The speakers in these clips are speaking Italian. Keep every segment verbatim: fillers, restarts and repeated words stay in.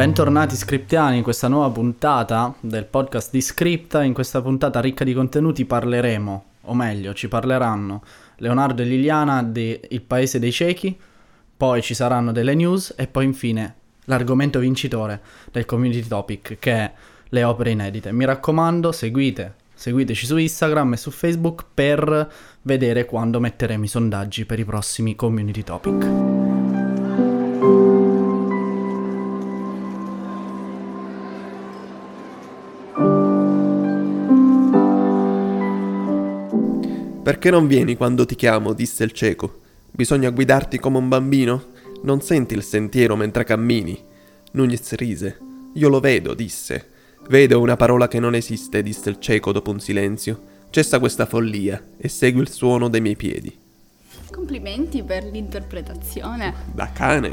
Bentornati scriptiani in questa nuova puntata del podcast di Scripta. In questa puntata ricca di contenuti parleremo, o meglio ci parleranno, Leonardo e Liliana di Il Paese dei Ciechi, poi ci saranno delle news e poi infine l'argomento vincitore del community topic, che è le opere inedite. Mi raccomando, seguite, seguiteci su Instagram e su Facebook per vedere quando metteremo i sondaggi per i prossimi community topic. Perché non vieni quando ti chiamo? Disse il cieco. Bisogna guidarti come un bambino? Non senti il sentiero mentre cammini? Nunez rise. Io lo vedo, disse. Vedo una parola che non esiste, disse il cieco dopo un silenzio. Cessa questa follia e segui il suono dei miei piedi. Complimenti per l'interpretazione. Da cane.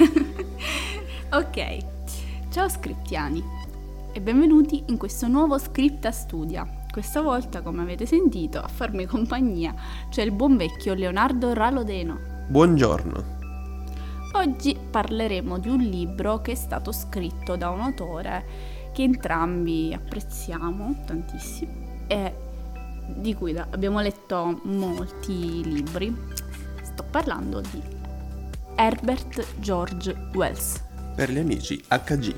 Ok, ciao scriptiani e benvenuti in questo nuovo Scripta Studia. Questa volta, come avete sentito, a farmi compagnia c'è il buon vecchio Leonardo Ralodeno. Buongiorno. Oggi parleremo di un libro che è stato scritto da un autore che entrambi apprezziamo tantissimo e di cui abbiamo letto molti libri. Sto parlando di Herbert George Wells. Per gli amici acca gi.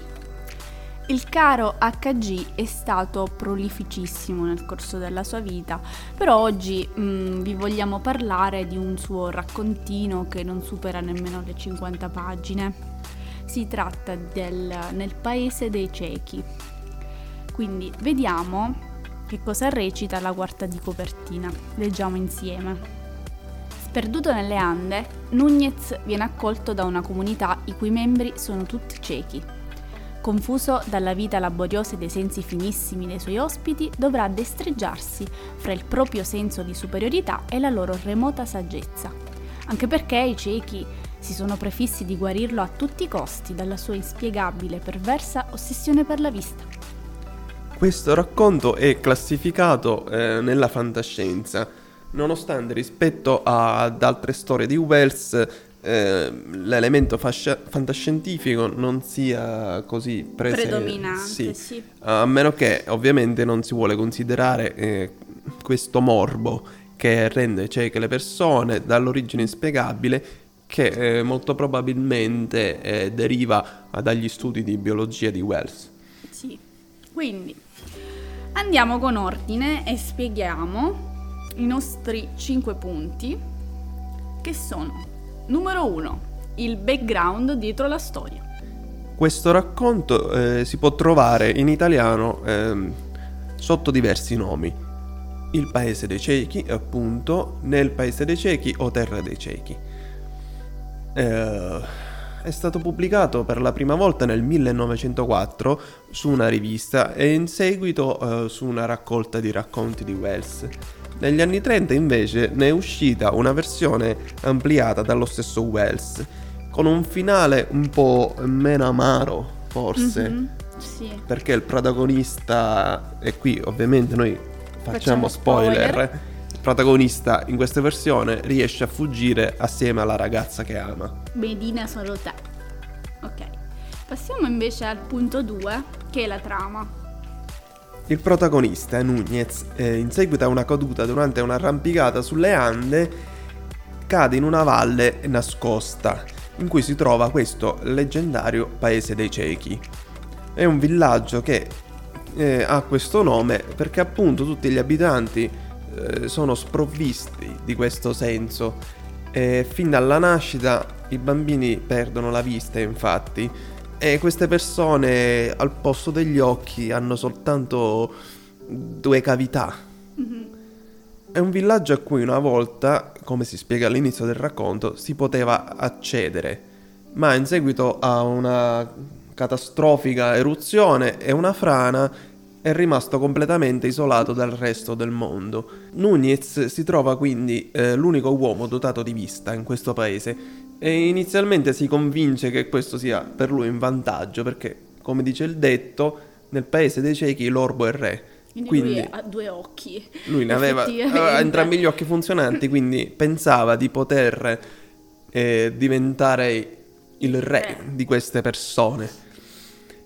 Il caro acca gi è stato prolificissimo nel corso della sua vita, però oggi mh, vi vogliamo parlare di un suo raccontino che non supera nemmeno le cinquanta pagine. Si tratta del Nel Paese dei Ciechi. Quindi vediamo che cosa recita la quarta di copertina. Leggiamo insieme. Sperduto nelle Ande, Nunez viene accolto da una comunità i cui membri sono tutti ciechi. Confuso dalla vita laboriosa e dai sensi finissimi dei suoi ospiti, dovrà destreggiarsi fra il proprio senso di superiorità e la loro remota saggezza, anche perché i ciechi si sono prefissi di guarirlo a tutti i costi dalla sua inspiegabile e perversa ossessione per la vista. Questo racconto è classificato eh, nella fantascienza, nonostante rispetto ad altre storie di Wells Eh, l'elemento fascia- fantascientifico non sia così prese- predominante, sì. sì. A meno che ovviamente non si vuole considerare eh, questo morbo che rende cieche le persone dall'origine inspiegabile, che eh, molto probabilmente eh, deriva dagli studi di biologia di Wells. Sì, quindi andiamo con ordine e spieghiamo i nostri cinque punti, che sono: numero uno, il background dietro la storia. Questo racconto eh, si può trovare in italiano eh, sotto diversi nomi. Il Paese dei Ciechi, appunto, Nel Paese dei Ciechi o Terra dei Ciechi. Eh, è stato pubblicato per la prima volta nel millenovecentoquattro su una rivista e in seguito eh, su una raccolta di racconti di Wells. Negli anni trenta invece ne è uscita una versione ampliata dallo stesso Wells, con un finale un po' meno amaro, forse, Mm-hmm, sì. perché il protagonista, e qui ovviamente noi facciamo, Facciamo spoiler, spoiler. il protagonista in questa versione riesce a fuggire assieme alla ragazza che ama. Medina solo te. Ok, passiamo invece al punto due, che è la trama. Il protagonista, Nunez, eh, in seguito a una caduta durante un'arrampicata sulle Ande, cade in una valle nascosta, in cui si trova questo leggendario Paese dei Ciechi. È un villaggio che eh, ha questo nome perché appunto tutti gli abitanti eh, sono sprovvisti di questo senso. E fin dalla nascita i bambini perdono la vista, infatti. E queste persone al posto degli occhi hanno soltanto due cavità. Mm-hmm. È un villaggio a cui una volta, come si spiega all'inizio del racconto, si poteva accedere, ma in seguito a una catastrofica eruzione e una frana è rimasto completamente isolato dal resto del mondo. Nunez si trova quindi eh, l'unico uomo dotato di vista in questo paese. E inizialmente si convince che questo sia per lui un vantaggio, perché, come dice il detto, nel Paese dei Ciechi l'orbo è re. Quindi, quindi lui ha due occhi. Lui ne aveva, aveva entrambi gli occhi funzionanti, quindi pensava di poter eh, diventare il re di queste persone.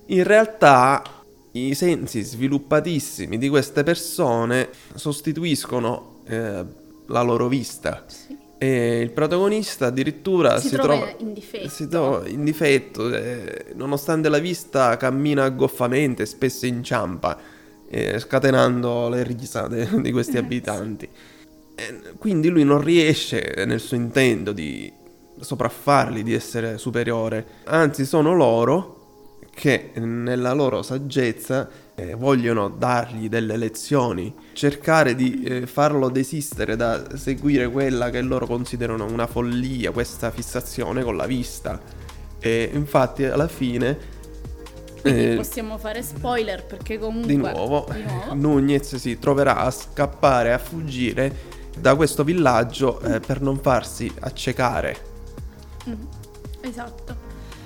In realtà i sensi sviluppatissimi di queste persone sostituiscono eh, la loro vista. Sì. E il protagonista addirittura si, si, trova, trova in difetto. Si trova in difetto, eh, nonostante la vista cammina goffamente, spesso inciampa, eh, scatenando le risa de- di questi abitanti. E quindi lui non riesce nel suo intento di sopraffarli, di essere superiore. Anzi, sono loro che nella loro saggezza eh, vogliono dargli delle lezioni, cercare di eh, farlo desistere da seguire quella che loro considerano una follia, questa fissazione con la vista. E infatti alla fine Quindi eh, possiamo fare spoiler perché comunque di nuovo, di nuovo. Nunez si troverà a scappare, a fuggire da questo villaggio eh, per non farsi accecare. Mm, esatto.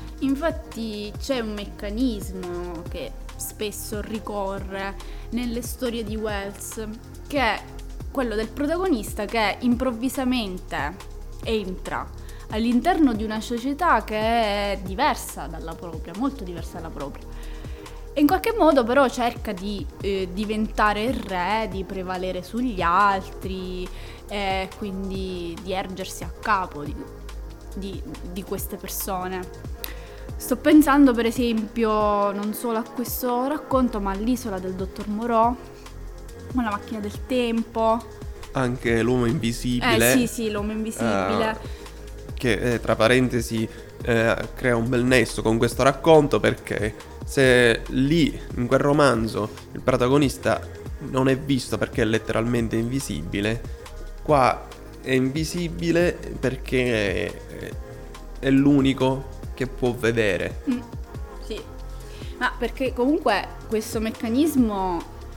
Infatti c'è un meccanismo che spesso ricorre nelle storie di Wells, che è quello del protagonista che improvvisamente entra all'interno di una società che è diversa dalla propria, molto diversa dalla propria. E in qualche modo però cerca di eh, diventare il re, di prevalere sugli altri e quindi di ergersi a capo di, di, di queste persone. Sto pensando per esempio non solo a questo racconto ma all'Isola del dottor Moreau, con la macchina del tempo. Anche l'uomo invisibile. Eh sì sì, l'uomo invisibile. Uh, che eh, tra parentesi eh, crea un bel nesso con questo racconto, perché se lì in quel romanzo il protagonista non è visto perché è letteralmente invisibile, qua è invisibile perché è l'unico che può vedere. Mm, sì, ma perché comunque questo meccanismo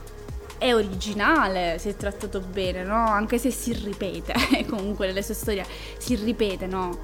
è originale se trattato bene, no? Anche se si ripete, comunque nelle sue storie si ripete, no?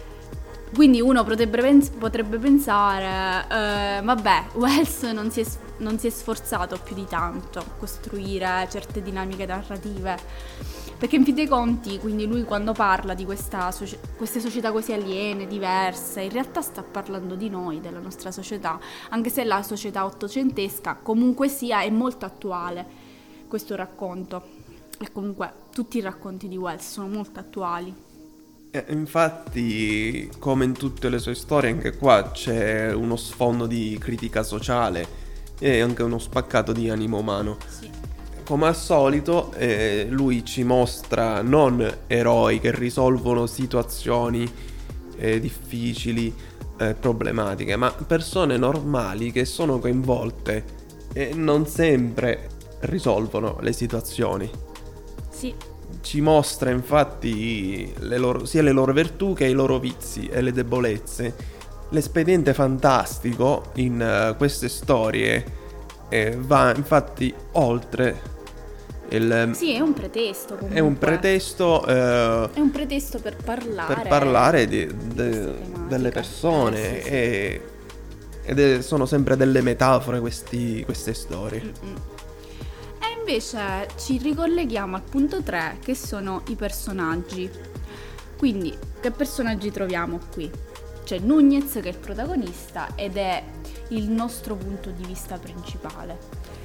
Quindi uno potrebbe, pens- potrebbe pensare, eh, vabbè, Wells non si, è, non si è sforzato più di tanto a costruire certe dinamiche narrative. Perché in fin dei conti, quindi lui quando parla di questa soci- queste società così aliene, diverse, in realtà sta parlando di noi, della nostra società, anche se la società ottocentesca comunque sia è molto attuale questo racconto. E comunque tutti i racconti di Wells sono molto attuali. E infatti, come in tutte le sue storie, anche qua c'è uno sfondo di critica sociale e anche uno spaccato di animo umano. Sì. Come al solito, eh, lui ci mostra non eroi che risolvono situazioni eh, difficili, eh, problematiche, ma persone normali che sono coinvolte e non sempre risolvono le situazioni. Sì. Ci mostra infatti le loro, sia le loro virtù che i loro vizi e le debolezze. L'espediente fantastico in uh, queste storie eh, va infatti oltre. Il, sì, è un pretesto comunque. È un pretesto eh, È un pretesto per parlare Per parlare di, de, di delle persone, eh, sì, sì. E, ed è, sono sempre delle metafore questi, queste storie. Mm-mm. E invece ci ricolleghiamo al punto tre, che sono i personaggi. Quindi, che personaggi troviamo qui? C'è Nunez che è il protagonista ed è il nostro punto di vista principale.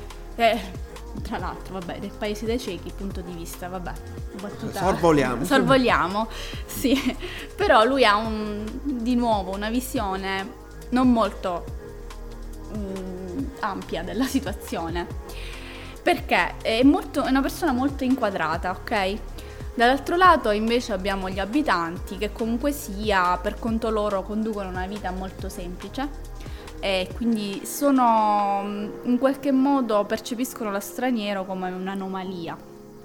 E tra l'altro, vabbè, del paese dei ciechi, punto di vista, vabbè, battuta... Sorvoliamo. Sorvoliamo, sì. Però lui ha un, di nuovo una visione non molto mm, ampia della situazione, perché è, molto, è una persona molto inquadrata, ok? Dall'altro lato invece abbiamo gli abitanti che comunque sia, per conto loro, conducono una vita molto semplice e quindi sono, in qualche modo percepiscono lo straniero come un'anomalia.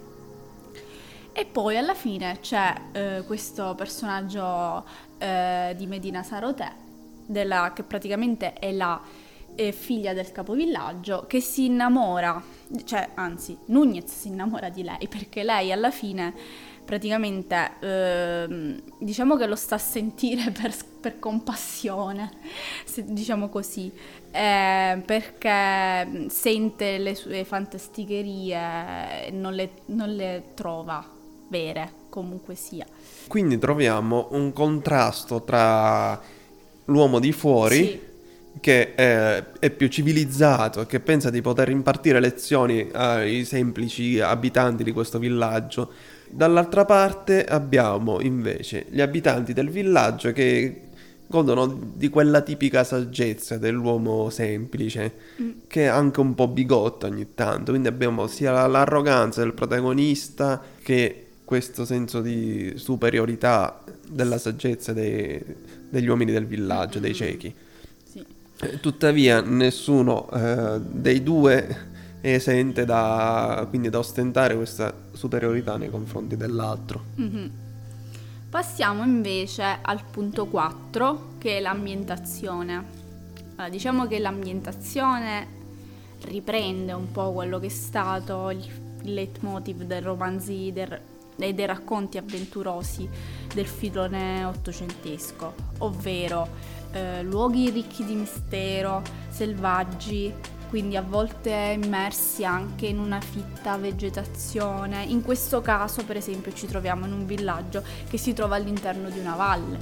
E poi alla fine c'è eh, questo personaggio eh, di Medina Saroté, della, che praticamente è la eh, figlia del capovillaggio, che si innamora, cioè anzi Nunez si innamora di lei perché lei alla fine praticamente eh, diciamo che lo sta a sentire per, per compassione, se diciamo così, eh, perché sente le sue fantasticherie e non le, non le trova vere, comunque sia. Quindi troviamo un contrasto tra l'uomo di fuori, sì. che eh, è più civilizzato, che pensa di poter impartire lezioni ai semplici abitanti di questo villaggio. Dall'altra parte abbiamo invece gli abitanti del villaggio che godono di quella tipica saggezza dell'uomo semplice, mm. che è anche un po' bigotta ogni tanto. Quindi abbiamo sia l'arroganza del protagonista che questo senso di superiorità della saggezza dei, degli uomini del villaggio, dei ciechi. Sì. Tuttavia nessuno eh, dei due è esente da, quindi da ostentare questa superiorità nei confronti dell'altro. Mm-hmm. Passiamo invece al punto quattro, che è l'ambientazione. Allora, diciamo che l'ambientazione riprende un po' quello che è stato il leitmotiv dei romanzi del, e dei racconti avventurosi del filone ottocentesco, ovvero eh, luoghi ricchi di mistero, selvaggi, quindi a volte immersi anche in una fitta vegetazione. In questo caso, per esempio, ci troviamo in un villaggio che si trova all'interno di una valle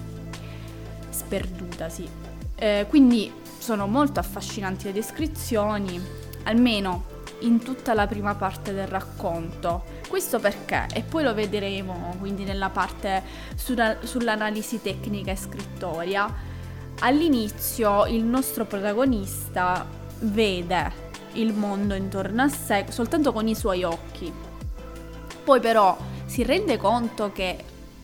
sperduta, sì. Eh, quindi sono molto affascinanti le descrizioni, almeno in tutta la prima parte del racconto. Questo perché, e poi lo vedremo quindi nella parte sulla, sull'analisi tecnica e scrittoria, all'inizio il nostro protagonista vede il mondo intorno a sé soltanto con i suoi occhi, poi però si rende conto che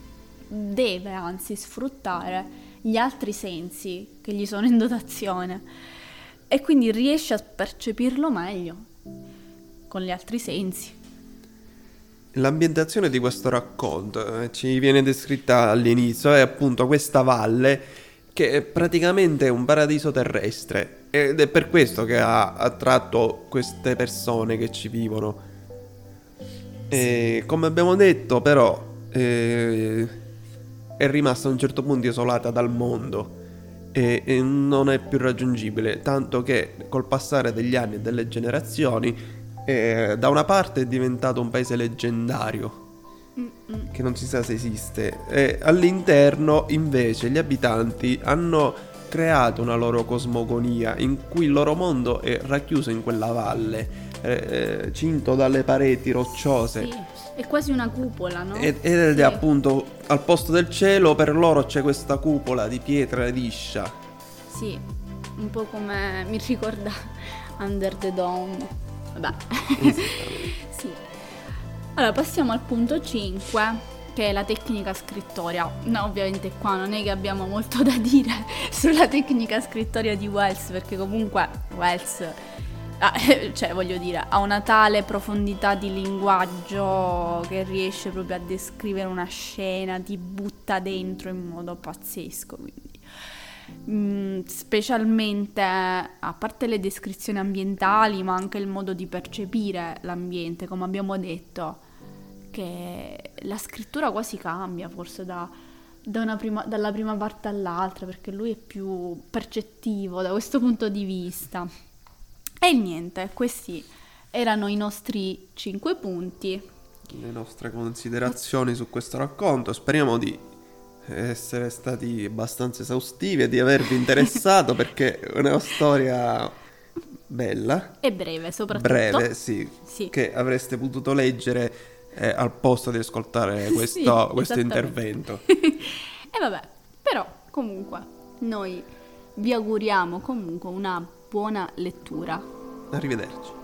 deve anzi sfruttare gli altri sensi che gli sono in dotazione e quindi riesce a percepirlo meglio con gli altri sensi. L'ambientazione di questo racconto eh, ci viene descritta all'inizio, è appunto questa valle che è praticamente un paradiso terrestre, ed è per questo che ha attratto queste persone che ci vivono. E, come abbiamo detto, però eh, è rimasta a un certo punto isolata dal mondo e, e non è più raggiungibile, tanto che col passare degli anni e delle generazioni eh, da una parte è diventato un paese leggendario Mm-mm. che non si sa se esiste, e all'interno invece gli abitanti hanno creato una loro cosmogonia in cui il loro mondo è racchiuso in quella valle, eh, cinto dalle pareti rocciose. Sì, è quasi una cupola, no? Ed, ed sì. è appunto al posto del cielo per loro c'è questa cupola di pietra liscia. Sì, un po' come mi ricorda Under the Dome. Vabbè. Sì. Allora passiamo al punto cinque, che è la tecnica scrittoria. No, ovviamente qua non è che abbiamo molto da dire sulla tecnica scrittoria di Wells, perché comunque Wells ah, cioè voglio dire ha una tale profondità di linguaggio che riesce proprio a descrivere una scena, ti butta dentro in modo pazzesco, quindi Mm, specialmente a parte le descrizioni ambientali, ma anche il modo di percepire l'ambiente, come abbiamo detto, che la scrittura quasi cambia forse da, da una prima, dalla prima parte all'altra, perché lui è più percettivo da questo punto di vista. E niente, questi erano i nostri cinque punti, le nostre considerazioni su questo racconto. Speriamo di essere stati abbastanza esaustivi e di avervi interessato, perché è una storia bella e breve soprattutto. Breve, sì, sì. Che avreste potuto leggere eh, al posto di ascoltare questo, sì, questo intervento. E vabbè, però comunque noi vi auguriamo comunque una buona lettura. Arrivederci.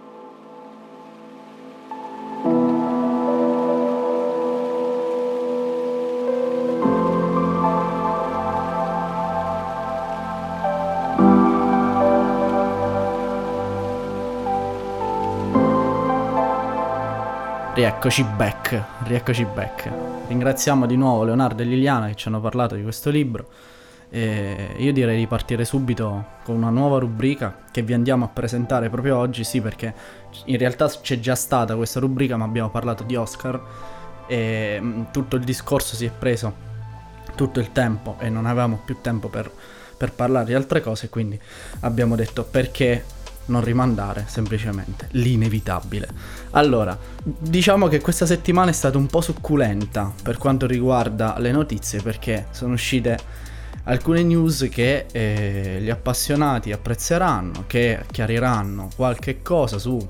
Rieccoci back, rieccoci back. Ringraziamo di nuovo Leonardo e Liliana che ci hanno parlato di questo libro. E io direi di partire subito con una nuova rubrica che vi andiamo a presentare proprio oggi, sì, perché in realtà c'è già stata questa rubrica, ma abbiamo parlato di Oscar e tutto il discorso si è preso tutto il tempo e non avevamo più tempo per, per parlare di altre cose, quindi abbiamo detto perché non rimandare semplicemente l'inevitabile. Allora, diciamo che questa settimana è stata un po' succulenta per quanto riguarda le notizie, perché sono uscite alcune news che eh, gli appassionati apprezzeranno, che chiariranno qualche cosa su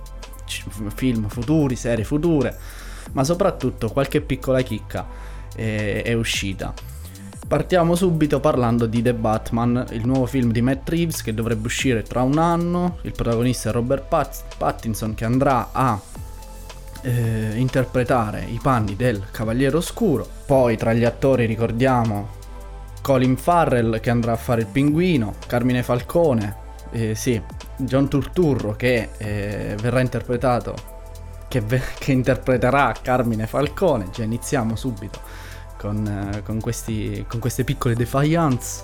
film futuri, serie future, ma soprattutto qualche piccola chicca eh, è uscita. Partiamo subito parlando di The Batman, il nuovo film di Matt Reeves che dovrebbe uscire tra un anno. Il protagonista è Robert Pat- Pattinson, che andrà a eh, interpretare i panni del Cavaliere Oscuro. Poi tra gli attori ricordiamo Colin Farrell, che andrà a fare il Pinguino, Carmine Falcone, eh, sì, John Turturro, che eh, verrà interpretato, che, ve- che interpreterà Carmine Falcone. Già iniziamo subito con, eh, con, questi, con queste piccole defiance.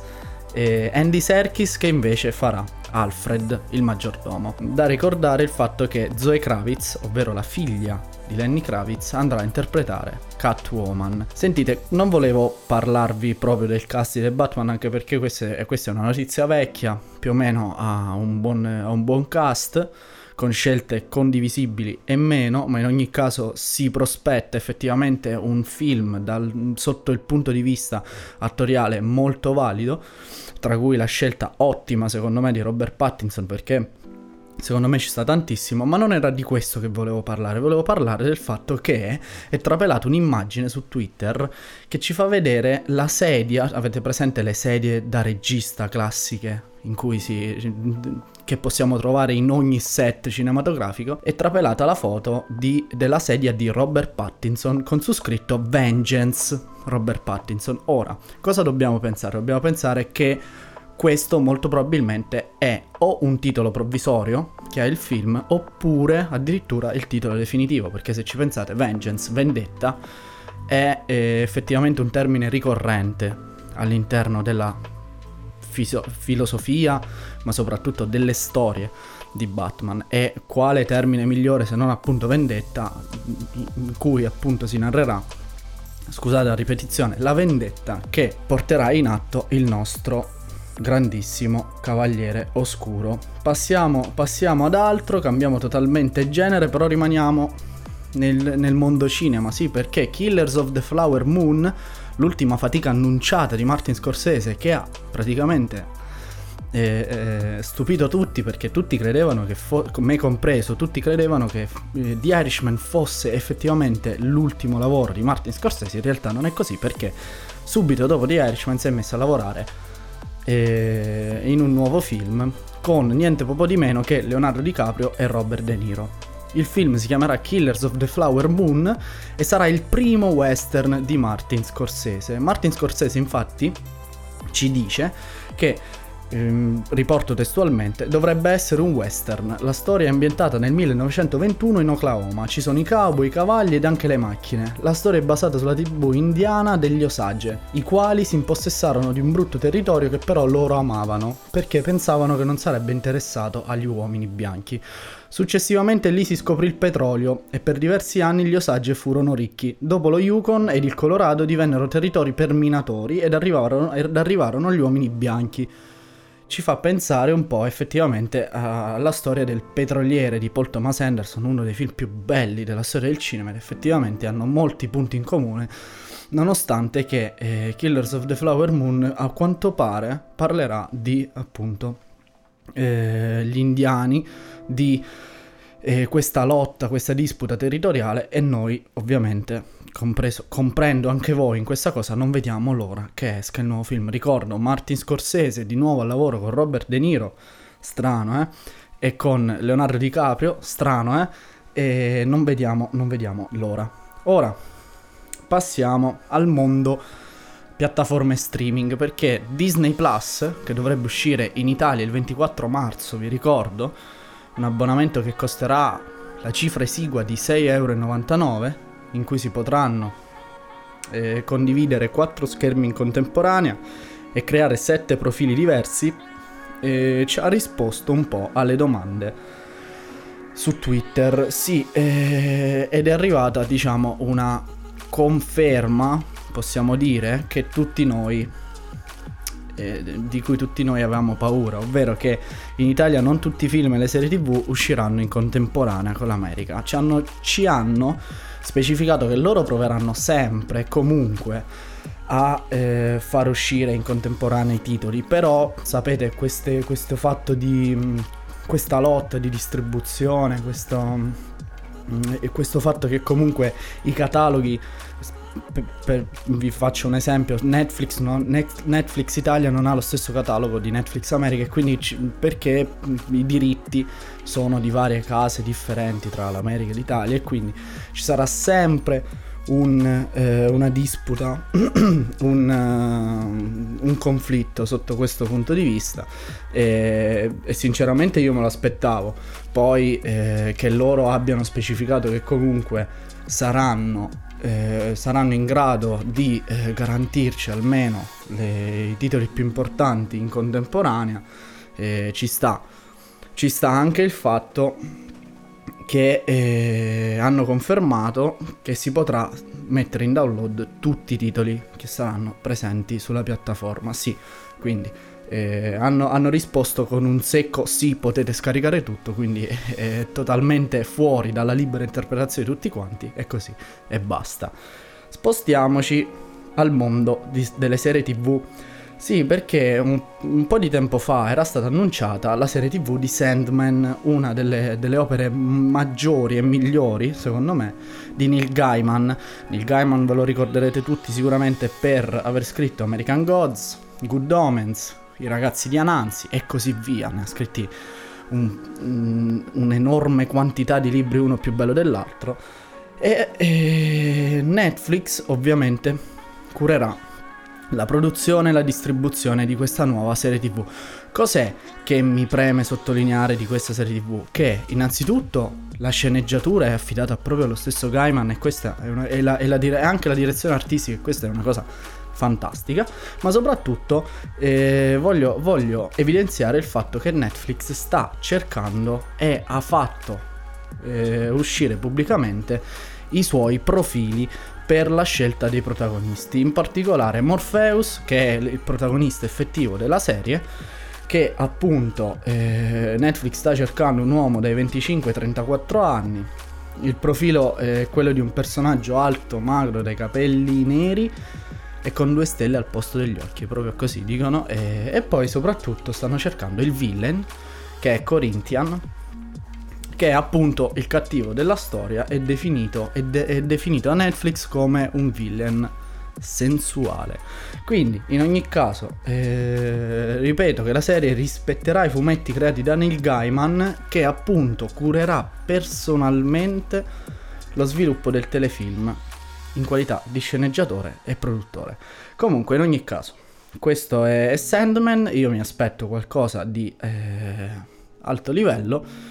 E Andy Serkis, che invece farà Alfred, il maggiordomo. Da ricordare il fatto che Zoe Kravitz, ovvero la figlia di Lenny Kravitz, andrà a interpretare Catwoman. Sentite, non volevo parlarvi proprio del cast di The Batman, anche perché questa è, questa è una notizia vecchia, più o meno ha un buon, ha un buon cast, con scelte condivisibili e meno, ma in ogni caso si prospetta effettivamente un film dal, sotto il punto di vista attoriale molto valido, tra cui la scelta ottima secondo me di Robert Pattinson, perché secondo me ci sta tantissimo. Ma non era di questo che volevo parlare, volevo parlare del fatto che è trapelata un'immagine su Twitter che ci fa vedere la sedia, avete presente le sedie da regista classiche in cui si, che possiamo trovare in ogni set cinematografico? È trapelata la foto di, della sedia di Robert Pattinson con su scritto Vengeance Robert Pattinson. Ora, cosa dobbiamo pensare? Dobbiamo pensare che questo molto probabilmente è o un titolo provvisorio che ha il film, oppure addirittura il titolo definitivo, perché se ci pensate, Vengeance, vendetta, è eh, effettivamente un termine ricorrente all'interno della Fiso- filosofia, ma soprattutto delle storie di Batman. E quale termine migliore se non appunto vendetta, in cui appunto si narrerà, scusate la ripetizione, la vendetta che porterà in atto il nostro grandissimo Cavaliere Oscuro. Passiamo, passiamo ad altro, cambiamo totalmente genere, però rimaniamo nel, nel mondo cinema, sì, perché Killers of the Flower Moon, l'ultima fatica annunciata di Martin Scorsese, che ha praticamente eh, eh, stupito tutti, perché tutti credevano che, fo- me compreso, tutti credevano che eh, The Irishman fosse effettivamente l'ultimo lavoro di Martin Scorsese. In realtà non è così, perché subito dopo The Irishman si è messo a lavorare eh, in un nuovo film con niente poco di meno che Leonardo DiCaprio e Robert De Niro. Il film si chiamerà Killers of the Flower Moon e sarà il primo western di Martin Scorsese. Martin Scorsese infatti ci dice che, ehm, riporto testualmente, dovrebbe essere un western. La storia è ambientata nel millenovecentoventuno in Oklahoma. Ci sono i cowboy, i cavalli ed anche le macchine. La storia è basata sulla tribù indiana degli Osage, i quali si impossessarono di un brutto territorio che però loro amavano, perché pensavano che non sarebbe interessato agli uomini bianchi. Successivamente lì si scoprì il petrolio e per diversi anni gli Osage furono ricchi. Dopo lo Yukon ed il Colorado divennero territori per minatori ed arrivarono, ed arrivarono gli uomini bianchi. Ci fa pensare un po' effettivamente alla storia del Petroliere di Paul Thomas Anderson, uno dei film più belli della storia del cinema, ed effettivamente hanno molti punti in comune, nonostante che eh, Killers of the Flower Moon a quanto pare parlerà di appunto eh, gli indiani, di eh, questa lotta, questa disputa territoriale, e noi ovviamente, compreso, comprendo anche voi in questa cosa, non vediamo l'ora che esca il nuovo film. Ricordo Martin Scorsese di nuovo al lavoro con Robert De Niro, strano eh, e con Leonardo DiCaprio, strano eh, e non vediamo, non vediamo l'ora. Ora passiamo al mondo piattaforme streaming, perché Disney Plus, che dovrebbe uscire in Italia il ventiquattro marzo, vi ricordo, un abbonamento che costerà la cifra esigua di sei virgola novantanove euro, in cui si potranno eh, condividere quattro schermi in contemporanea e creare sette profili diversi, eh, ci ha risposto un po' alle domande su Twitter. Sì, eh, ed è arrivata, diciamo, una conferma, possiamo dire, che tutti noi Eh, di cui tutti noi avevamo paura, ovvero che in Italia non tutti i film e le serie tv usciranno in contemporanea con l'America. Ci hanno, ci hanno specificato che loro proveranno sempre e comunque a eh, far uscire in contemporanea i titoli, però sapete queste, questo fatto di mh, questa lotta di distribuzione, questo, mh, e questo fatto che comunque i cataloghi, per, per, vi faccio un esempio, Netflix, no, Netflix Italia non ha lo stesso catalogo di Netflix America, e quindi c- perché i diritti sono di varie case differenti tra l'America e l'Italia, e quindi ci sarà sempre un, eh, una disputa, un, uh, un conflitto sotto questo punto di vista, e, e sinceramente io me lo aspettavo. Poi eh, che loro abbiano specificato che comunque saranno eh, saranno in grado di eh, garantirci almeno le, i titoli più importanti in contemporanea, eh, ci sta. Ci sta anche il fatto che eh, hanno confermato che si potrà mettere in download tutti i titoli che saranno presenti sulla piattaforma. Sì, quindi eh, hanno, hanno risposto con un secco sì, potete scaricare tutto, quindi è, è totalmente fuori dalla libera interpretazione di tutti quanti, e così, e basta. Spostiamoci al mondo di, delle serie tv. Sì, perché un, un po' di tempo fa era stata annunciata la serie tv di Sandman, una delle, delle opere maggiori e migliori, secondo me, di Neil Gaiman. Neil Gaiman ve lo ricorderete tutti sicuramente per aver scritto American Gods, Good Omens, I ragazzi di Anansi e così via. Ne ha scritti un, un, un'enorme quantità di libri, uno più bello dell'altro. E, e Netflix ovviamente curerà la produzione e la distribuzione di questa nuova serie tv. Cos'è che mi preme sottolineare di questa serie tv? Che innanzitutto la sceneggiatura è affidata proprio allo stesso Gaiman, e questa è, una, è, la, è, la dire- anche la direzione artistica, e questa è una cosa fantastica. Ma soprattutto eh, voglio, voglio evidenziare il fatto che Netflix sta cercando e ha fatto eh, uscire pubblicamente i suoi profili per la scelta dei protagonisti, in particolare Morpheus, che è il protagonista effettivo della serie, che appunto eh, Netflix sta cercando un uomo dai venticinque ai trentaquattro anni. Il profilo è quello di un personaggio alto, magro, dai capelli neri e con due stelle al posto degli occhi, proprio così dicono. E, e poi soprattutto stanno cercando il villain, che è Corinthian, che è appunto il cattivo della storia, è definito, è de- è definito da Netflix come un villain sensuale. Quindi in ogni caso eh, ripeto che la serie rispetterà i fumetti creati da Neil Gaiman, che appunto curerà personalmente lo sviluppo del telefilm in qualità di sceneggiatore e produttore. Comunque in ogni caso questo è Sandman. Io mi aspetto qualcosa di eh, alto livello.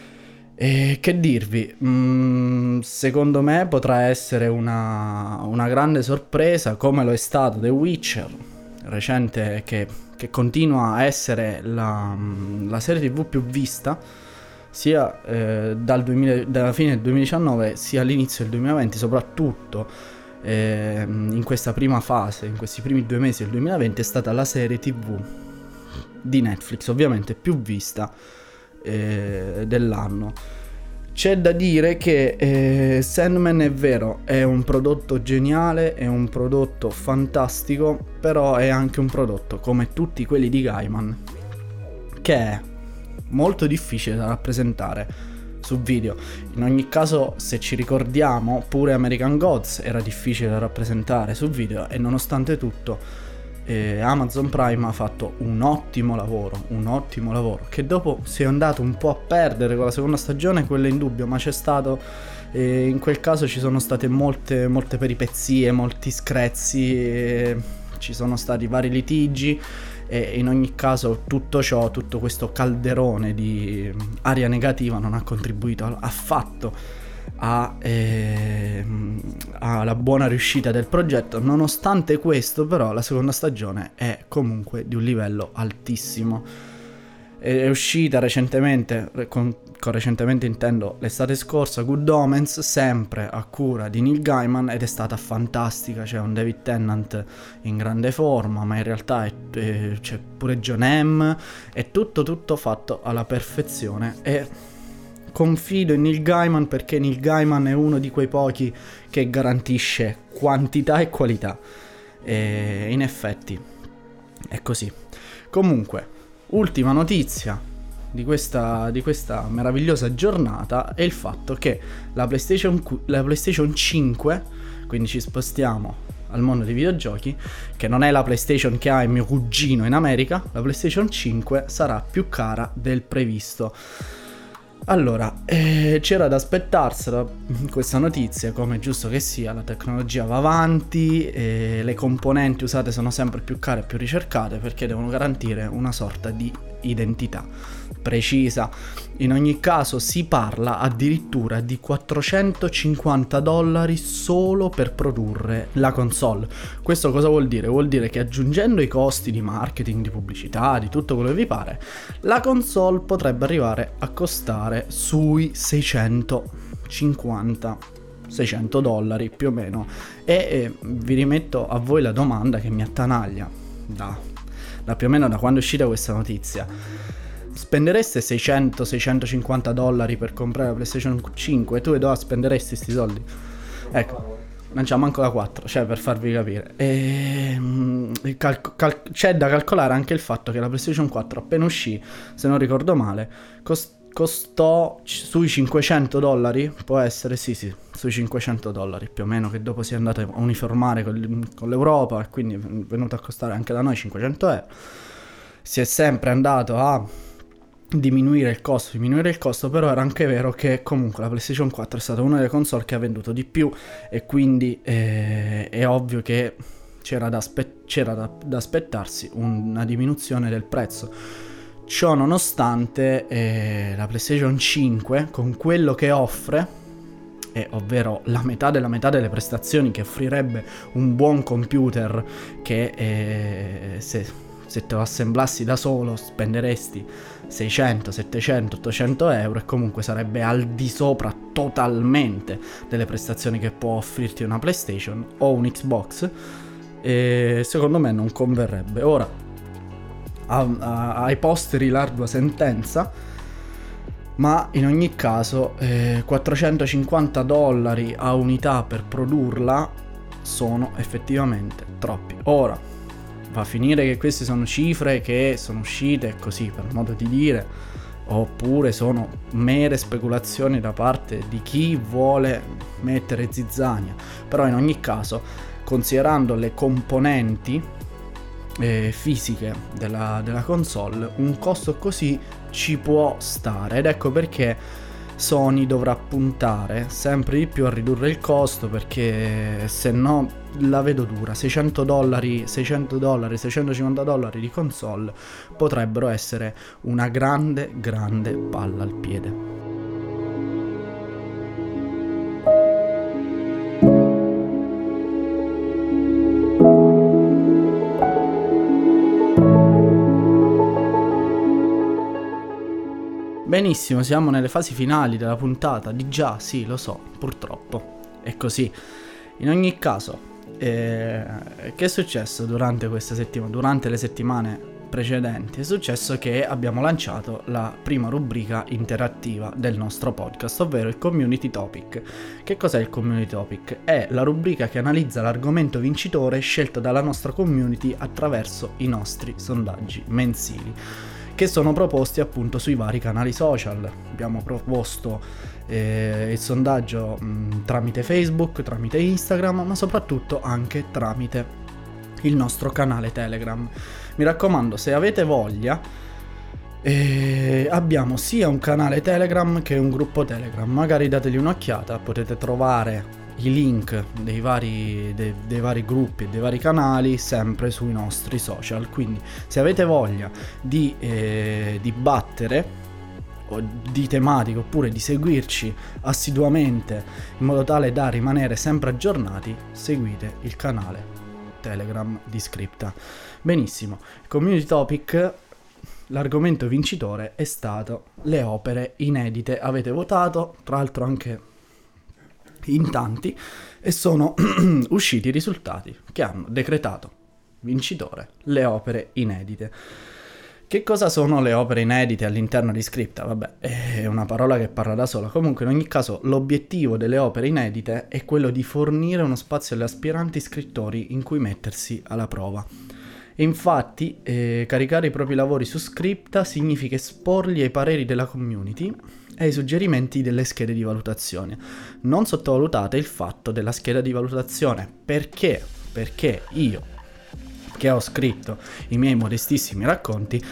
E che dirvi, mm, secondo me potrà essere una, una grande sorpresa, come lo è stato The Witcher recente, che, che continua a essere la, la serie tv più vista sia eh, dal duemila, dalla fine del duemiladiciannove sia all'inizio del duemilaventi, soprattutto eh, in questa prima fase, in questi primi due mesi del duemilaventi è stata la serie tv di Netflix ovviamente più vista Eh, dell'anno. C'è da dire che eh, Sandman è vero, è un prodotto geniale, è un prodotto fantastico, però è anche un prodotto, come tutti quelli di Gaiman, che è molto difficile da rappresentare su video. In ogni caso, se ci ricordiamo, pure American Gods era difficile da rappresentare su video, e nonostante tutto Eh, Amazon Prime ha fatto un ottimo lavoro, un ottimo lavoro, che dopo si è andato un po' a perdere con la seconda stagione, quello è indubbio, ma c'è stato, eh, in quel caso ci sono state molte, molte peripezie, molti screzi, eh, ci sono stati vari litigi, e in ogni caso tutto ciò, tutto questo calderone di aria negativa non ha contribuito affatto A, eh, alla buona riuscita del progetto. Nonostante questo, però, la seconda stagione è comunque di un livello altissimo. È uscita recentemente, con, con recentemente intendo l'estate scorsa, Good Omens, sempre a cura di Neil Gaiman, ed è stata fantastica. C'è un David Tennant in grande forma, ma in realtà è, è, c'è pure John Hamm, è tutto tutto fatto alla perfezione, e confido in Neil Gaiman, perché Neil Gaiman è uno di quei pochi che garantisce quantità e qualità. e in effetti è così. Comunque, ultima notizia di questa, di questa meravigliosa giornata è il fatto che la PlayStation, la PlayStation cinque, quindi ci spostiamo al mondo dei videogiochi, che non è la PlayStation che ha il mio cugino in America, la PlayStation cinque sarà più cara del previsto. Allora, eh, c'era da aspettarsela questa notizia, come è giusto che sia, la tecnologia va avanti, e le componenti usate sono sempre più care e più ricercate perché devono garantire una sorta di identità precisa. In ogni caso si parla addirittura di quattrocentocinquanta dollari solo per produrre la console. Questo cosa vuol dire? Vuol dire che aggiungendo i costi di marketing, di pubblicità, di tutto quello che vi pare, la console potrebbe arrivare a costare sui seicentocinquanta seicento dollari più o meno. E eh, vi rimetto a voi la domanda che mi attanaglia da, da più o meno da quando è uscita questa notizia. Spendereste seicento seicentocinquanta dollari per comprare la PlayStation cinque e tu e dove spenderesti sti soldi? Ecco, non c'è manco la quattro, cioè per farvi capire. E, cal- cal- c'è da calcolare anche il fatto che la PlayStation quattro appena uscì, se non ricordo male, cost- costò sui cinquecento dollari, può essere, sì sì, sui cinquecento dollari più o meno, che dopo si è andato a uniformare con, con l'Europa e quindi è venuto a costare anche da noi cinquecento euro. Si è sempre andato a diminuire il costo, diminuire il costo, però era anche vero che comunque la PlayStation quattro è stata una delle console che ha venduto di più e quindi eh, è ovvio che c'era, da, aspe- c'era da, da aspettarsi una diminuzione del prezzo. Ciò nonostante eh, la PlayStation cinque, con quello che offre, eh, ovvero la metà della metà delle prestazioni che offrirebbe un buon computer che eh, se... se te lo assemblassi da solo spenderesti seicento, settecento, ottocento euro e comunque sarebbe al di sopra totalmente delle prestazioni che può offrirti una PlayStation o un Xbox, e secondo me non converrebbe. Ora, a, a, ai posteri l'ardua sentenza, ma in ogni caso eh, quattrocentocinquanta dollari a unità per produrla sono effettivamente troppi. Ora, va a finire che queste sono cifre che sono uscite così per modo di dire, oppure sono mere speculazioni da parte di chi vuole mettere zizzania. Però in ogni caso, considerando le componenti eh, fisiche della, della console, un costo così ci può stare, ed ecco perché Sony dovrà puntare sempre di più a ridurre il costo, perché se no la vedo dura. seicento dollari, seicento dollari, seicentocinquanta dollari di console potrebbero essere una grande, grande palla al piede. Benissimo, siamo nelle fasi finali della puntata. Di già, sì, lo so, purtroppo è così. In ogni caso, eh, che è successo durante questa settimana, durante le settimane precedenti? È successo che abbiamo lanciato la prima rubrica interattiva del nostro podcast, ovvero il Community Topic. Che cos'è il Community Topic? È la rubrica che analizza l'argomento vincitore scelto dalla nostra community attraverso i nostri sondaggi mensili, che sono proposti appunto sui vari canali social. Abbiamo proposto eh, il sondaggio mh, tramite Facebook, tramite Instagram, ma soprattutto anche tramite il nostro canale Telegram. Mi raccomando, se avete voglia, eh, abbiamo sia un canale Telegram che un gruppo Telegram. Magari dategli un'occhiata, potete trovare i link dei vari, dei, dei vari gruppi e dei vari canali sempre sui nostri social. Quindi se avete voglia di eh, dibattere o di tematiche, oppure di seguirci assiduamente in modo tale da rimanere sempre aggiornati, seguite il canale Telegram di Scripta. Benissimo, Community Topic, l'argomento vincitore è stato le opere inedite. Avete votato, tra l'altro anche in tanti, e sono usciti i risultati che hanno decretato vincitore le opere inedite. Che cosa sono le opere inedite all'interno di Scripta? Vabbè, è una parola che parla da sola. Comunque, in ogni caso, l'obiettivo delle opere inedite è quello di fornire uno spazio agli aspiranti scrittori in cui mettersi alla prova. Infatti, eh, caricare i propri lavori su Scripta significa esporli ai pareri della community e ai suggerimenti delle schede di valutazione. Non sottovalutate il fatto della scheda di valutazione. Perché? Perché io, che ho scritto i miei modestissimi racconti,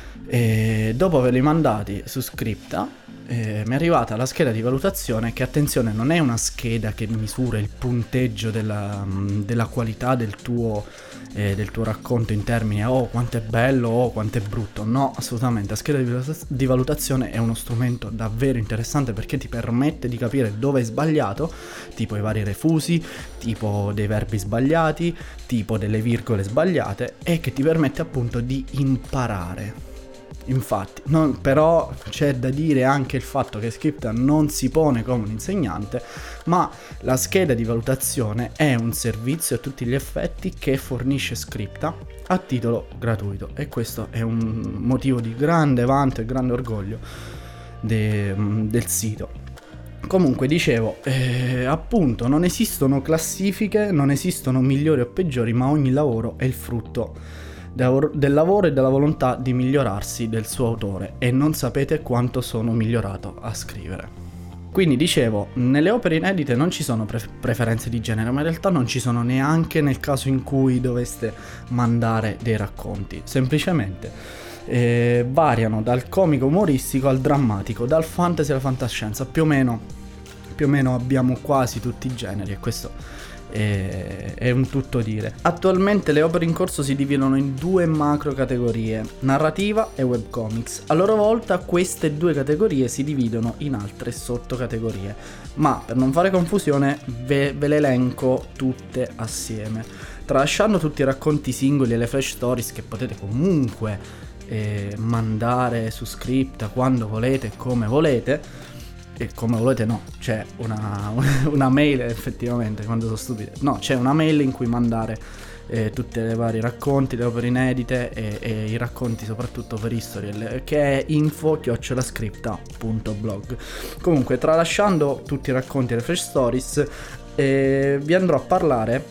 e dopo averli mandati su Scripta eh, mi è arrivata la scheda di valutazione, che, attenzione, non è una scheda che misura il punteggio della, della qualità del tuo, eh, del tuo racconto in termini oh quanto è bello, oh quanto è brutto. No, assolutamente. La scheda di, valut- di valutazione è uno strumento davvero interessante, perché ti permette di capire dove hai sbagliato, tipo i vari refusi, tipo dei verbi sbagliati, tipo delle virgole sbagliate, e che ti permette appunto di imparare. Infatti, non, però c'è da dire anche il fatto che Scripta non si pone come un insegnante, ma la scheda di valutazione è un servizio a tutti gli effetti che fornisce Scripta a titolo gratuito, e questo è un motivo di grande vanto e grande orgoglio de, del sito. Comunque, dicevo, eh, appunto, non esistono classifiche, non esistono migliori o peggiori, ma ogni lavoro è il frutto del lavoro e della volontà di migliorarsi del suo autore, e non sapete quanto sono migliorato a scrivere. Quindi, dicevo, nelle opere inedite non ci sono pre- preferenze di genere, ma in realtà non ci sono neanche nel caso in cui doveste mandare dei racconti. Semplicemente eh, variano dal comico umoristico al drammatico, dal fantasy alla fantascienza. Più o meno, più o meno abbiamo quasi tutti i generi, e questo è un tutto dire. Attualmente le opere in corso si dividono in due macro categorie: narrativa e webcomics. A loro volta queste due categorie si dividono in altre sottocategorie, ma per non fare confusione ve, ve le elenco tutte assieme, tralasciando tutti i racconti singoli e le flash stories che potete comunque eh, mandare su Scripta quando volete e come volete. E come volete no, c'è una, una mail, effettivamente, quando sono stupido, no, c'è una mail in cui mandare eh, tutti i vari racconti, le opere inedite e, e i racconti soprattutto per History, che è info chiocciola scripta punto blog. Comunque, tralasciando tutti i racconti e le flash stories, eh, vi andrò a parlare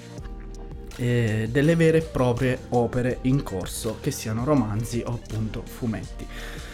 eh, delle vere e proprie opere in corso, che siano romanzi o appunto fumetti.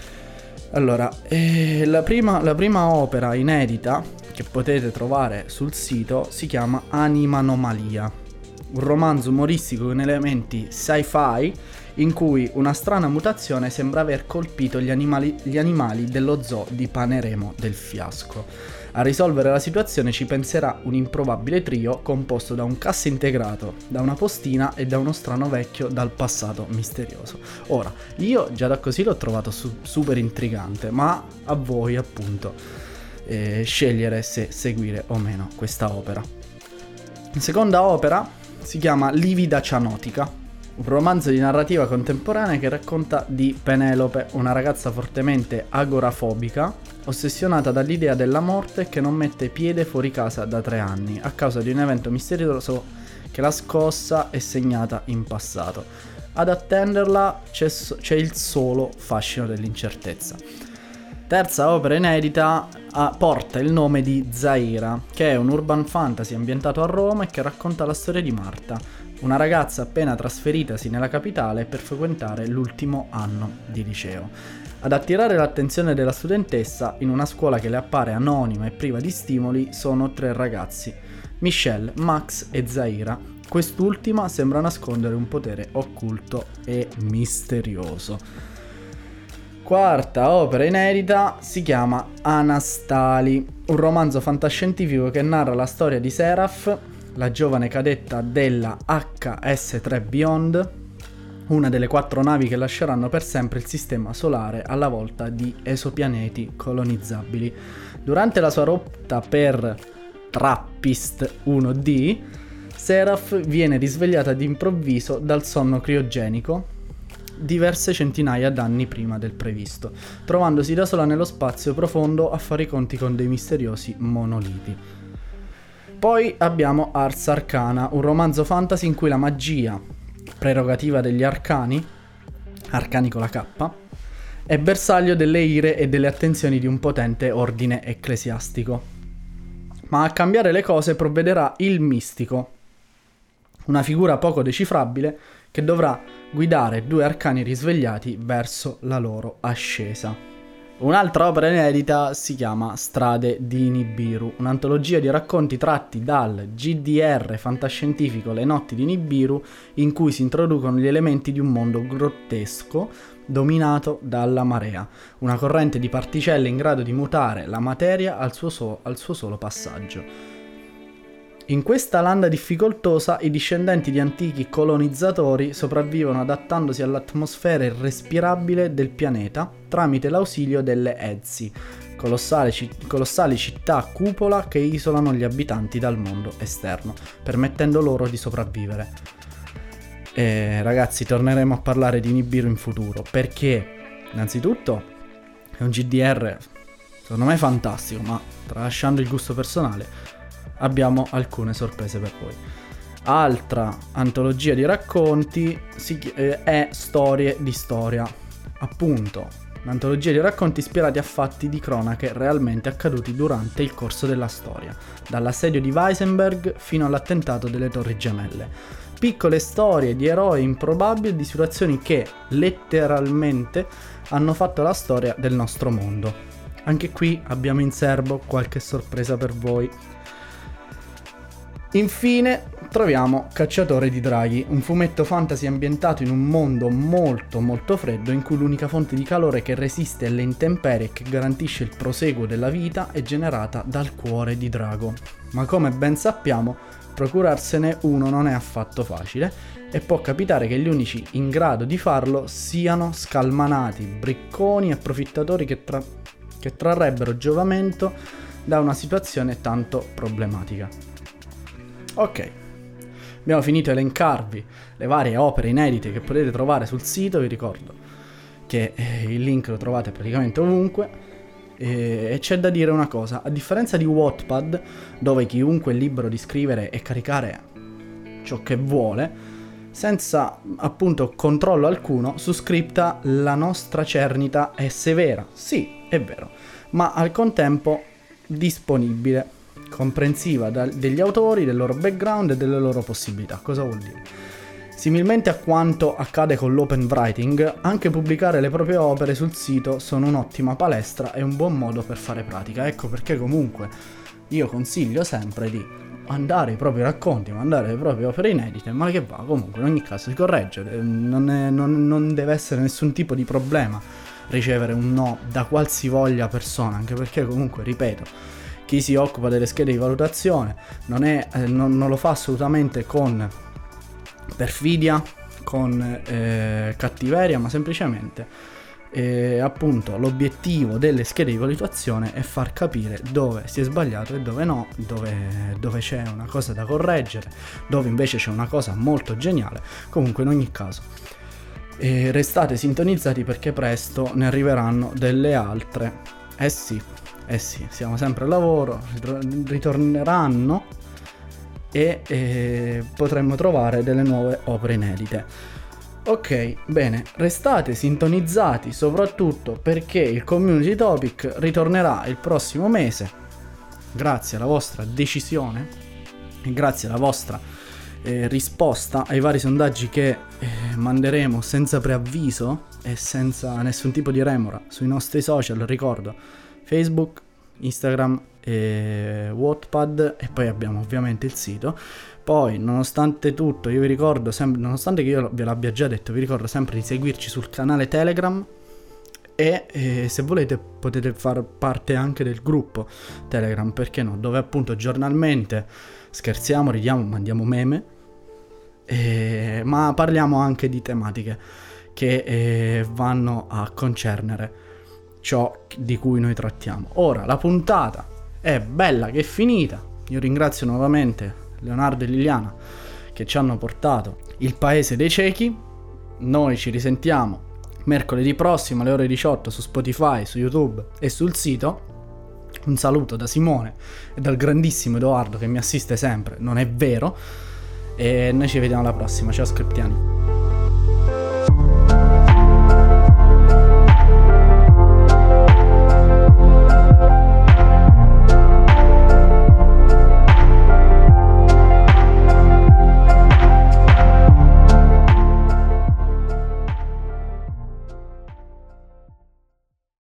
Allora, eh, la, prima, la prima opera inedita che potete trovare sul sito si chiama Animanomalia, un romanzo umoristico con elementi sci-fi in cui una strana mutazione sembra aver colpito gli animali, gli animali dello zoo di Paneremo del Fiasco. A risolvere la situazione ci penserà un improbabile trio composto da un cassa integrato, da una postina e da uno strano vecchio dal passato misterioso. Ora, io già da così l'ho trovato su- super intrigante, ma a voi appunto eh, scegliere se seguire o meno questa opera. La seconda opera si chiama Livida Cianotica, un romanzo di narrativa contemporanea che racconta di Penelope, una ragazza fortemente agorafobica, ossessionata dall'idea della morte, che non mette piede fuori casa da tre anni a causa di un evento misterioso che l'ha scossa e segnata in passato. Ad attenderla c'è, so- c'è il solo fascino dell'incertezza. Terza opera inedita ah, porta il nome di Zaira, che è un urban fantasy ambientato a Roma e che racconta la storia di Marta, una ragazza appena trasferitasi nella capitale per frequentare l'ultimo anno di liceo. Ad attirare l'attenzione della studentessa, in una scuola che le appare anonima e priva di stimoli, sono tre ragazzi: Michelle, Max e Zaira. Quest'ultima sembra nascondere un potere occulto e misterioso. Quarta opera inedita si chiama Anastali, un romanzo fantascientifico che narra la storia di Seraph, la giovane cadetta della acca esse tre Beyond, una delle quattro navi che lasceranno per sempre il sistema solare alla volta di esopianeti colonizzabili. Durante la sua rotta per Trappist uno D, Seraph viene risvegliata d'improvviso dal sonno criogenico diverse centinaia d'anni prima del previsto, trovandosi da sola nello spazio profondo a fare i conti con dei misteriosi monoliti. Poi abbiamo Ars Arcana, un romanzo fantasy in cui la magia, prerogativa degli arcani, arcani con la K, è bersaglio delle ire e delle attenzioni di un potente ordine ecclesiastico. Ma a cambiare le cose provvederà il mistico, una figura poco decifrabile che dovrà guidare due arcani risvegliati verso la loro ascesa. Un'altra opera inedita si chiama Strade di Nibiru, un'antologia di racconti tratti dal G D R fantascientifico Le notti di Nibiru, in cui si introducono gli elementi di un mondo grottesco dominato dalla marea, una corrente di particelle in grado di mutare la materia al suo, so- al suo solo passaggio. In questa landa difficoltosa i discendenti di antichi colonizzatori sopravvivono adattandosi all'atmosfera irrespirabile del pianeta tramite l'ausilio delle Ezzi, colossali, ci- colossali città cupola che isolano gli abitanti dal mondo esterno, permettendo loro di sopravvivere. E ragazzi, torneremo a parlare di Nibiru in futuro, perché innanzitutto è un G D R secondo me fantastico, ma tralasciando il gusto personale abbiamo alcune sorprese per voi. Altra antologia di racconti si, eh, è Storie di Storia, appunto, un'antologia di racconti ispirati a fatti di cronache realmente accaduti durante il corso della storia, dall'assedio di Weissenberg fino all'attentato delle Torri Gemelle. Piccole storie di eroi improbabili e di situazioni che, letteralmente, hanno fatto la storia del nostro mondo. Anche qui abbiamo in serbo qualche sorpresa per voi. Infine troviamo Cacciatore di Draghi, un fumetto fantasy ambientato in un mondo molto molto freddo in cui l'unica fonte di calore che resiste alle intemperie e che garantisce il proseguo della vita è generata dal cuore di drago. Ma come ben sappiamo, procurarsene uno non è affatto facile e può capitare che gli unici in grado di farlo siano scalmanati, bricconi e approfittatori che, tra- che trarrebbero giovamento da una situazione tanto problematica. Ok, abbiamo finito di elencarvi le varie opere inedite che potete trovare sul sito. Vi ricordo che eh, il link lo trovate praticamente ovunque e, e c'è da dire una cosa: a differenza di Wattpad, dove chiunque è libero di scrivere e caricare ciò che vuole senza appunto controllo alcuno, su Scripta la nostra cernita è severa, sì, è vero, ma al contempo disponibile, comprensiva da, degli autori, del loro background e delle loro possibilità. Cosa vuol dire? Similmente a quanto accade con l'open writing, anche pubblicare le proprie opere sul sito sono un'ottima palestra e un buon modo per fare pratica. Ecco perché comunque io consiglio sempre di mandare i propri racconti, mandare le proprie opere inedite, ma che va, comunque in ogni caso si corregge, non, è, non, non deve essere nessun tipo di problema ricevere un no da qualsivoglia persona, anche perché comunque, ripeto, chi si occupa delle schede di valutazione non, è, eh, non, non lo fa assolutamente con perfidia, con eh, cattiveria, ma semplicemente eh, appunto l'obiettivo delle schede di valutazione è far capire dove si è sbagliato e dove no, dove, dove c'è una cosa da correggere, dove invece c'è una cosa molto geniale. Comunque in ogni caso eh, restate sintonizzati perché presto ne arriveranno delle altre. Eh sì. Eh sì, siamo sempre al lavoro, ritorneranno e eh, potremmo trovare delle nuove opere inedite. Ok, bene, restate sintonizzati soprattutto perché il Community Topic ritornerà il prossimo mese, grazie alla vostra decisione e grazie alla vostra eh, risposta ai vari sondaggi che eh, manderemo senza preavviso e senza nessun tipo di remora sui nostri social, ricordo Facebook, Instagram, e Wattpad, e poi abbiamo ovviamente il sito. Poi nonostante tutto io vi ricordo sempre, nonostante che io ve l'abbia già detto, vi ricordo sempre di seguirci sul canale Telegram e eh, se volete potete far parte anche del gruppo Telegram, perché no, dove appunto giornalmente scherziamo, ridiamo, mandiamo meme, eh, ma parliamo anche di tematiche che eh, vanno a concernere ciò di cui noi trattiamo. Ora la puntata è bella che è finita. Io ringrazio nuovamente Leonardo e Liliana che ci hanno portato Il Paese dei Ciechi. Noi ci risentiamo mercoledì prossimo alle ore diciotto su Spotify, su YouTube e sul sito. Un saluto da Simone e dal grandissimo Edoardo che mi assiste sempre, non è vero, e noi ci vediamo alla prossima. Ciao scriptiani.